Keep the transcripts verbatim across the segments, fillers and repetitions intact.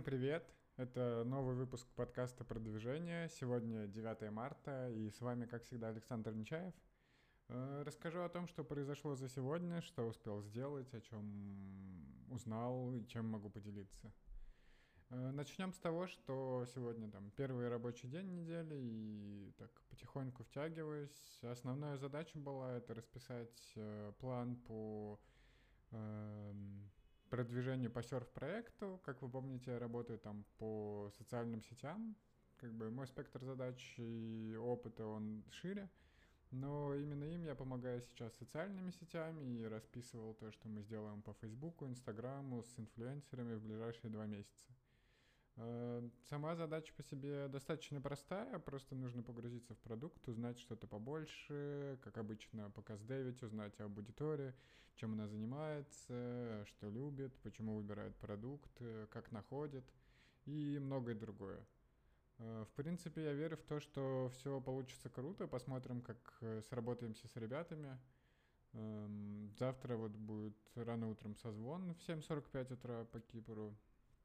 Всем привет! Это новый выпуск подкаста «Продвижение». Сегодня девятое марта, и с вами, как всегда, Александр Нечаев. Э, Расскажу о том, что произошло за сегодня, что успел сделать, о чем узнал и чем могу поделиться. Э, Начнем с того, что сегодня там первый рабочий день недели, и так потихоньку втягиваюсь. Основная задача была это расписать э, план по эм, продвижению по серф-проекту. Как вы помните, я работаю там по социальным сетям. Как бы мой спектр задач и опыта, он шире. Но именно им я помогаю сейчас социальными сетями и расписывал то, что мы сделаем по Фейсбуку, Инстаграму с инфлюенсерами в ближайшие два месяца. Э, Сама задача по себе достаточно простая, просто нужно погрузиться в продукт, узнать что-то побольше, как обычно показ-девить, узнать об аудитории, чем она занимается, что любит, почему выбирает продукт, э, как находит и многое другое. Э, В принципе, я верю в то, что все получится круто, посмотрим, как э, сработаемся с ребятами. Эм, Завтра вот будет рано утром созвон в семь сорок пять утра по Кипру.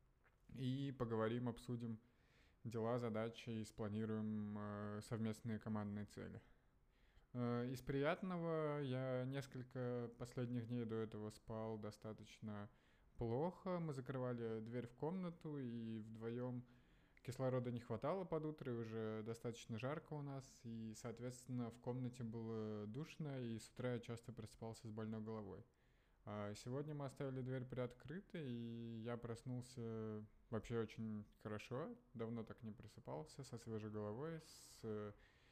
И поговорим, обсудим дела, задачи и спланируем э, совместные командные цели. Э, Из приятного я несколько последних дней до этого спал достаточно плохо. Мы закрывали дверь в комнату и вдвоем кислорода не хватало под утро, и уже достаточно жарко у нас, и, соответственно, в комнате было душно, и с утра я часто просыпался с больной головой. А сегодня мы оставили дверь приоткрытой, и я проснулся вообще очень хорошо. Давно так не просыпался, со свежей головой, с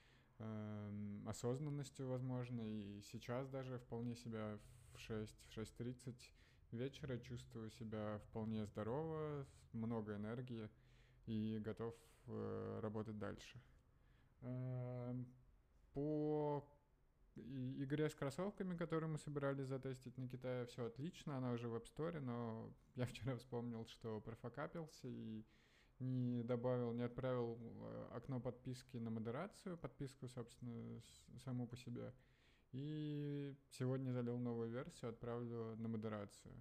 эм, осознанностью, возможно. И сейчас даже вполне себя в шесть, в шесть тридцать вечера чувствую себя вполне здорово, много энергии и готов э, работать дальше. Эм, По и игре с кроссовками, которую мы собирались затестить на Китае, все отлично, она уже в App Store, но я вчера вспомнил, что профокапился и не добавил, не отправил э, окно подписки на модерацию, подписку, собственно, с- саму по себе. И сегодня залил новую версию, отправлю на модерацию.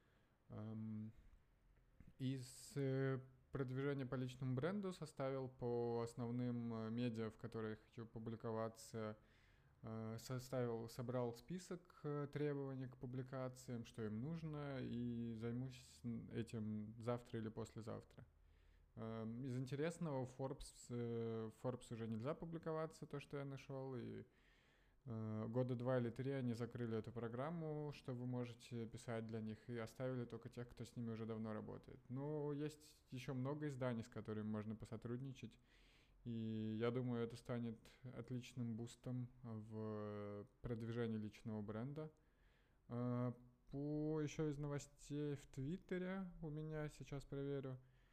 Эм, Из э, продвижения по личному бренду составил по основным э, медиа, в которые я хочу публиковаться, э, составил, собрал список э, требований к публикациям, что им нужно, и займусь этим завтра или послезавтра. Эм, Из интересного Forbes, э, Forbes уже нельзя публиковаться, то, что я нашел, и э, года два или три они закрыли эту программу, что вы можете писать для них, и оставили только тех, кто с ними уже давно работает. Но есть еще много изданий, с которыми можно посотрудничать, и я думаю, это станет отличным бустом в продвижении личного бренда. Э, По еще из новостей в Твиттере у меня, сейчас проверю,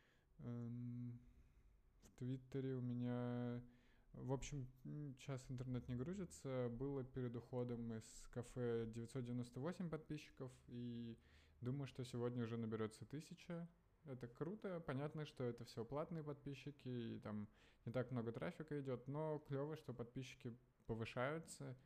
эм, в Твиттере у меня... В общем, сейчас интернет не грузится. Было перед уходом из кафе девятьсот девяносто восемь подписчиков, и думаю, что сегодня уже наберется тысяча. Это круто. Понятно, что это все платные подписчики, и там не так много трафика идет, но клево, что подписчики повышаются.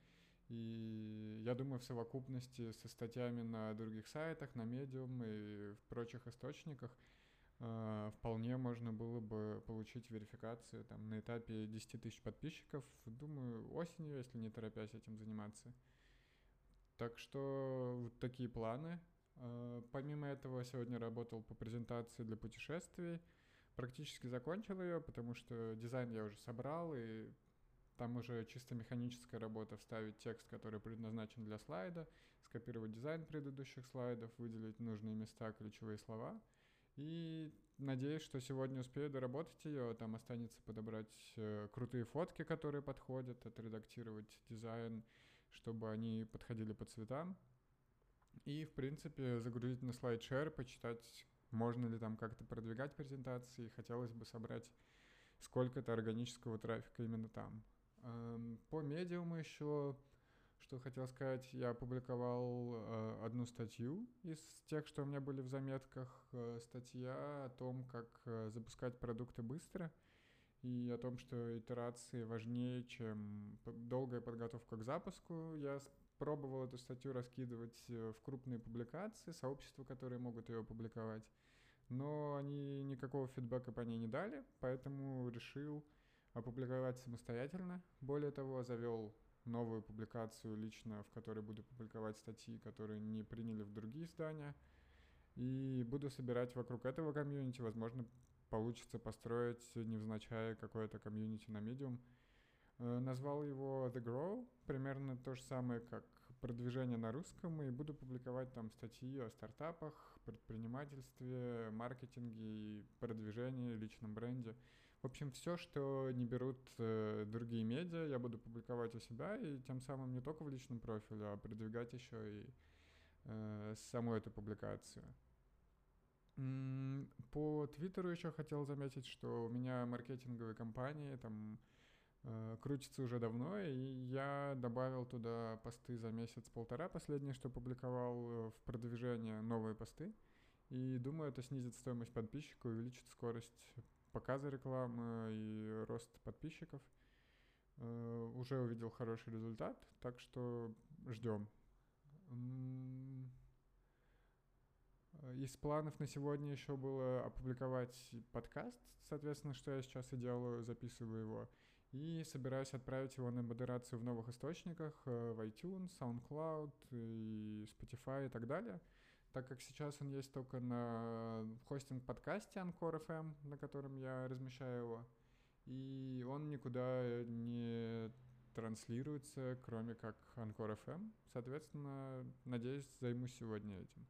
И я думаю, в совокупности со статьями на других сайтах, на Medium и в прочих источниках э, вполне можно было бы получить верификацию там, на этапе десяти тысяч подписчиков. Думаю, осенью, если не торопясь этим заниматься. Так что вот такие планы. Э, Помимо этого, сегодня работал по презентации для путешествий. Практически закончил ее, потому что дизайн я уже собрал, и там уже чисто механическая работа — вставить текст, который предназначен для слайда, скопировать дизайн предыдущих слайдов, выделить нужные места, ключевые слова. И надеюсь, что сегодня успею доработать ее. Там останется подобрать э, крутые фотки, которые подходят, отредактировать дизайн, чтобы они подходили по цветам. И, в принципе, загрузить на SlideShare, почитать, можно ли там как-то продвигать презентации. Хотелось бы собрать сколько-то органического трафика именно там. Эм, По медиуму еще, что хотел сказать, я опубликовал э, одну статью из тех, что у меня были в заметках. Э, статья о том, как э, запускать продукты быстро, и о том, что итерации важнее, чем п- долгая подготовка к запуску. Я с- пробовал эту статью раскидывать э, в крупные публикации, сообщества, которые могут ее опубликовать. но они никакого фидбэка по ней не дали, поэтому решил опубликовать самостоятельно. Более того, завел новую публикацию лично, в которой буду публиковать статьи, которые не приняли в другие издания, и буду собирать вокруг этого комьюнити. Возможно, получится построить невзначай какое-то комьюнити на Medium. Назвал его The Grow, примерно то же самое, как продвижение на русском, и буду публиковать там статьи о стартапах, предпринимательстве, маркетинге и продвижении, личном бренде. В общем, все, что не берут э, другие медиа, я буду публиковать у себя, и тем самым не только в личном профиле, а продвигать еще и э, саму эту публикацию. М, По Твиттеру еще хотел заметить, что у меня маркетинговые компании там э, крутится уже давно, и я добавил туда посты за месяц-полтора, последние, что публиковал э, в продвижение, новые посты. И думаю, это снизит стоимость подписчика, увеличит скорость показа рекламы и рост подписчиков. Э, уже увидел хороший результат, так что ждем. Из планов на сегодня еще было опубликовать подкаст, соответственно, что я сейчас и делаю, записываю его. И собираюсь отправить его на модерацию в новых источниках, в iTunes, SoundCloud, и Spotify и так далее. Так как сейчас он есть только на хостинг-подкасте Anchor эф эм, на котором я размещаю его. И он никуда не транслируется, кроме как Anchor эф эм. Соответственно, надеюсь, займусь сегодня этим.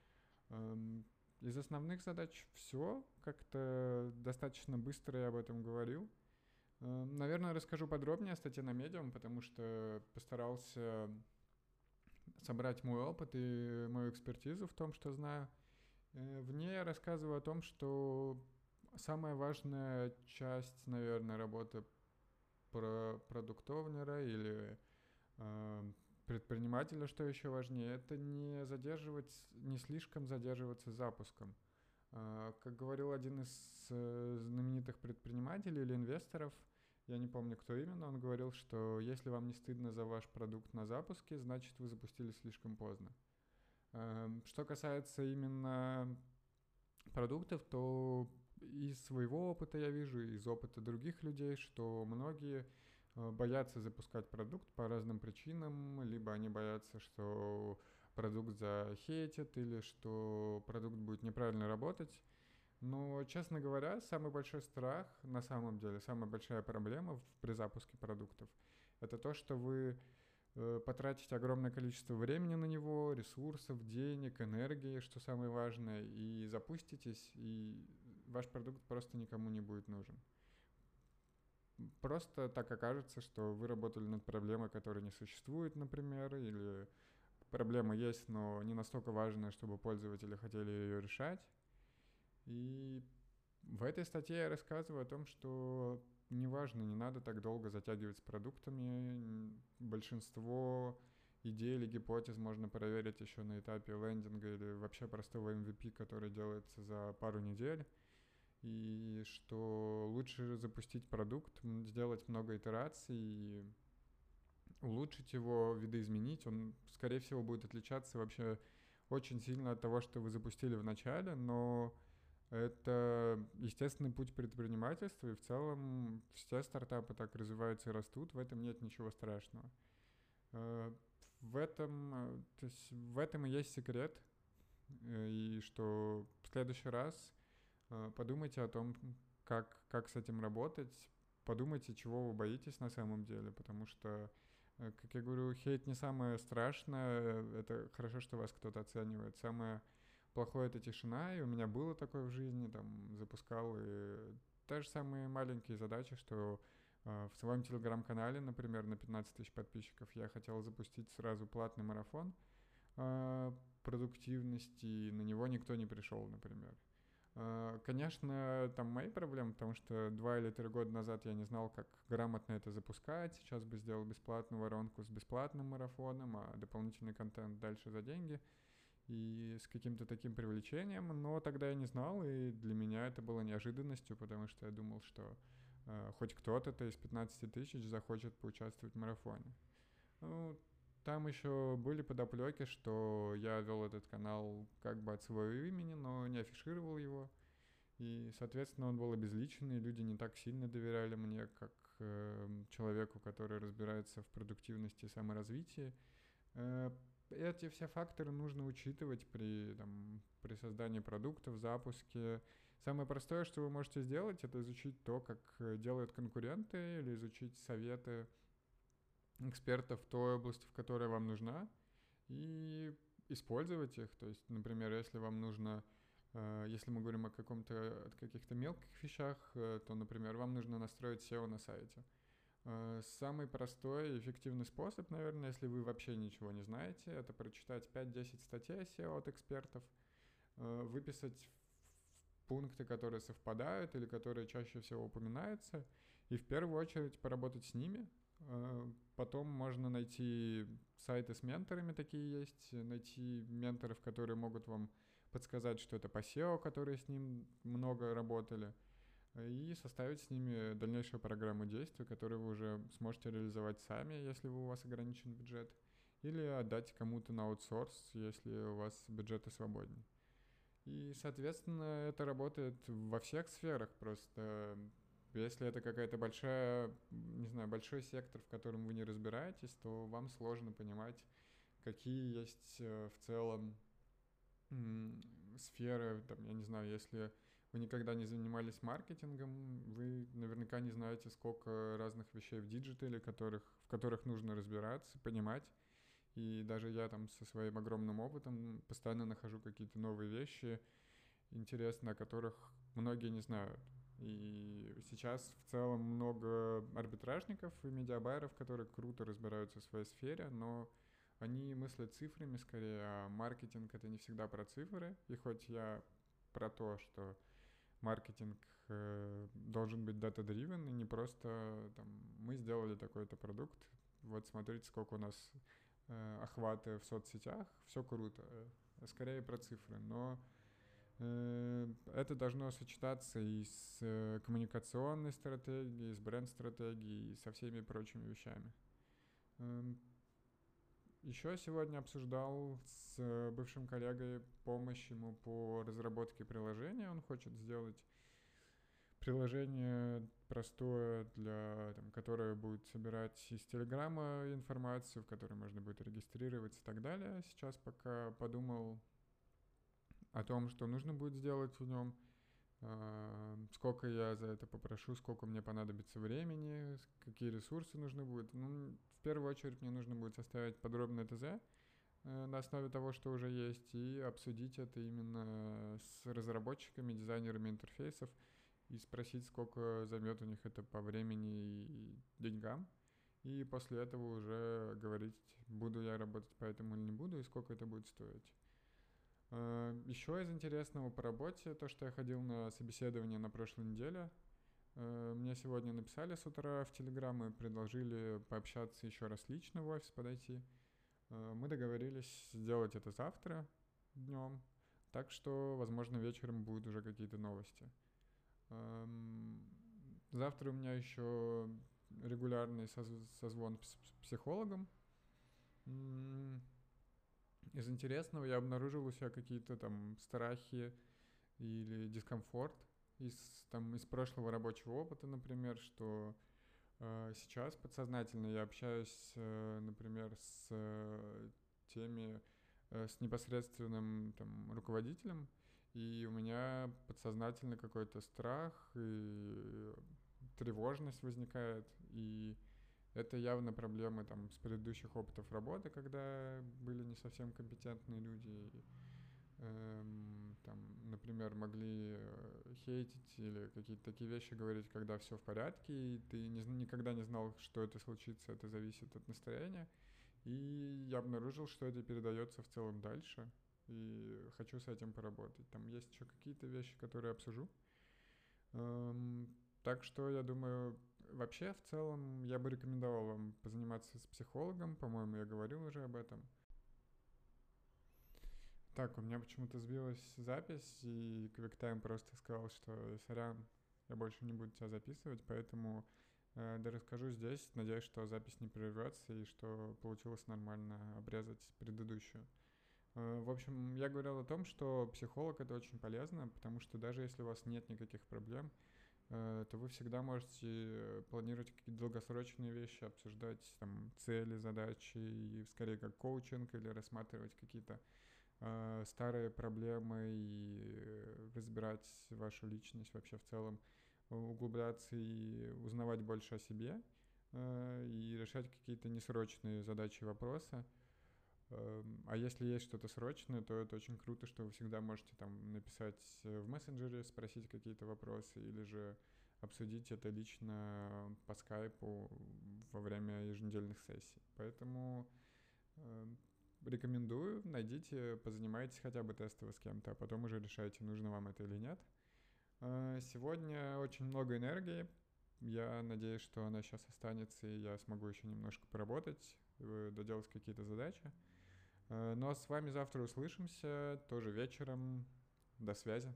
Из основных задач все. Как-то достаточно быстро я об этом говорил. Наверное, расскажу подробнее о статье на Medium, потому что постарался собрать мой опыт и мою экспертизу в том, что знаю. В ней я рассказываю о том, что самая важная часть, наверное, работы про продуктовнера или э, предпринимателя, что еще важнее, это не задерживать, не слишком задерживаться с запуском. Э, как говорил один из э, знаменитых предпринимателей или инвесторов, я не помню, кто именно, он говорил, что если вам не стыдно за ваш продукт на запуске, значит, вы запустили слишком поздно. Э, что касается именно продуктов, то из своего опыта я вижу, из опыта других людей, что многие боятся запускать продукт по разным причинам, либо они боятся, что продукт захейтят, или что продукт будет неправильно работать. Но, честно говоря, самый большой страх, на самом деле, самая большая проблема при запуске продуктов, это то, что вы э, потратите огромное количество времени на него, ресурсов, денег, энергии, что самое важное, и запуститесь, и ваш продукт просто никому не будет нужен. Просто так окажется, что вы работали над проблемой, которой не существует, например, или проблема есть, но не настолько важная, чтобы пользователи хотели ее решать. И в этой статье я рассказываю о том, что неважно, не надо так долго затягивать с продуктами. Большинство идей или гипотез можно проверить еще на этапе лендинга или вообще простого эм ви пи, который делается за пару недель. И что лучше запустить продукт, сделать много итераций и улучшить его, видоизменить. Он, скорее всего, будет отличаться вообще очень сильно от того, что вы запустили в начале, но это естественный путь предпринимательства, и в целом все стартапы так развиваются и растут, в этом нет ничего страшного. В этом, то есть в этом и есть секрет, и что в следующий раз подумайте о том, как, как с этим работать, подумайте, чего вы боитесь на самом деле, потому что, как я говорю, хейт не самое страшное, это хорошо, что вас кто-то оценивает. Самое плохое — это тишина, и у меня было такое в жизни, там, запускал и те же самые маленькие задачи, что э, в своем телеграм-канале, например, на пятнадцать тысяч подписчиков я хотел запустить сразу платный марафон э, продуктивности, и на него никто не пришел, например. Конечно, там мои проблемы, потому что два или три года назад я не знал, как грамотно это запускать. Сейчас бы сделал бесплатную воронку с бесплатным марафоном, а дополнительный контент дальше за деньги и с каким-то таким привлечением. Но тогда я не знал, и для меня это было неожиданностью, потому что я думал, что э, хоть кто-то из пятнадцати тысяч захочет поучаствовать в марафоне. Ну, там еще были подоплеки, что я вел этот канал как бы от своего имени, но не афишировал его. И, соответственно, он был обезличенный, люди не так сильно доверяли мне, как э, человеку, который разбирается в продуктивности и саморазвитии. Э, эти все факторы нужно учитывать при, там, при создании продуктов, запуске. Самое простое, что вы можете сделать, это изучить то, как делают конкуренты, или изучить советы экспертов в той области, в которой вам нужна, и использовать их. То есть, например, если вам нужно, э, если мы говорим о каком-то, о каких-то мелких вещах, э, то, например, вам нужно настроить сео на сайте. Э, самый простой и эффективный способ, наверное, если вы вообще ничего не знаете, это прочитать пять-десять статей о сео от экспертов, э, выписать пункты, которые совпадают или которые чаще всего упоминаются, и в первую очередь поработать с ними. Потом можно найти сайты с менторами, такие есть, найти менторов, которые могут вам подсказать, что это по сео, которые с ним много работали, и составить с ними дальнейшую программу действий, которую вы уже сможете реализовать сами, если у вас ограничен бюджет, или отдать кому-то на аутсорс, если у вас бюджеты свободнее. И, соответственно, это работает во всех сферах, просто если это какая-то большая, не знаю, большой сектор, в котором вы не разбираетесь, то вам сложно понимать, какие есть в целом м, сферы, там, я не знаю, если вы никогда не занимались маркетингом, вы наверняка не знаете, сколько разных вещей в диджитале, которых, в которых нужно разбираться, понимать. И даже я там со своим огромным опытом постоянно нахожу какие-то новые вещи, интересные, о которых многие не знают. И сейчас в целом много арбитражников и медиабайеров, которые круто разбираются в своей сфере, но они мыслят цифрами скорее, а маркетинг — это не всегда про цифры. И хоть я про то, что маркетинг э, должен быть data-driven, и не просто там, мы сделали такой-то продукт, вот смотрите, сколько у нас э, охваты в соцсетях, все круто. Скорее про цифры, но это должно сочетаться и с коммуникационной стратегией, и с бренд-стратегией, и со всеми прочими вещами. Еще сегодня обсуждал с бывшим коллегой помощь ему по разработке приложения. Он хочет сделать приложение простое, для, там, которое будет собирать из Телеграма информацию, в которой можно будет регистрироваться и так далее. Сейчас пока подумал о том, что нужно будет сделать в нем, сколько я за это попрошу, сколько мне понадобится времени, какие ресурсы нужны будут. Ну, в первую очередь мне нужно будет составить подробное ТЗ на основе того, что уже есть, и обсудить это именно с разработчиками, дизайнерами интерфейсов и спросить, сколько займет у них это по времени и деньгам. И после этого уже говорить, буду я работать по этому или не буду, и сколько это будет стоить. Еще из интересного по работе, то, что я ходил на собеседование на прошлой неделе. Мне сегодня написали с утра в Телеграм и предложили пообщаться еще раз лично в офис, подойти. Мы договорились сделать это завтра днем, так что, возможно, вечером будут уже какие-то новости. Завтра у меня еще регулярный созвон с психологом. Из интересного я обнаружил у себя какие-то там страхи или дискомфорт из, там, из прошлого рабочего опыта, например, что э, сейчас подсознательно я общаюсь, э, например, с э, теми, э, с непосредственным там, руководителем, и у меня подсознательно какой-то страх и тревожность возникает, и это явно проблемы там, с предыдущих опытов работы, когда были не совсем компетентные люди, эм, там, например, могли хейтить или какие-то такие вещи говорить, когда все в порядке, и ты не, никогда не знал, что это случится, это зависит от настроения. И я обнаружил, что это передается в целом дальше, и хочу с этим поработать. Там есть еще какие-то вещи, которые обсужу. Эм, так что, я думаю, вообще, в целом, я бы рекомендовал вам позаниматься с психологом. По-моему, я говорил уже об этом. Так, у меня почему-то сбилась запись, и QuickTime просто сказал, что сорян, я больше не буду тебя записывать, поэтому э, да расскажу здесь. Надеюсь, что запись не прервется и что получилось нормально обрезать предыдущую. Э, В общем, я говорил о том, что психолог это очень полезно, потому что даже если у вас нет никаких проблем, э, то вы всегда можете планировать какие-то долгосрочные вещи, обсуждать там цели, задачи, и скорее как коучинг, или рассматривать какие-то э, старые проблемы и э, разбирать вашу личность вообще в целом, э, углубляться и узнавать больше о себе, э, и решать какие-то несрочные задачи и вопросы. Эм, А если есть что-то срочное, то это очень круто, что вы всегда можете там написать э, в мессенджере, спросить какие-то вопросы или же обсудить это лично по скайпу во время еженедельных сессий. Поэтому э, рекомендую, найдите, позанимайтесь хотя бы тестово с кем-то, а потом уже решайте, нужно вам это или нет. Э, Сегодня очень много энергии. Я надеюсь, что она сейчас останется, и я смогу еще немножко поработать, э, доделать какие-то задачи. Э, Ну а с вами завтра услышимся, тоже вечером. До связи.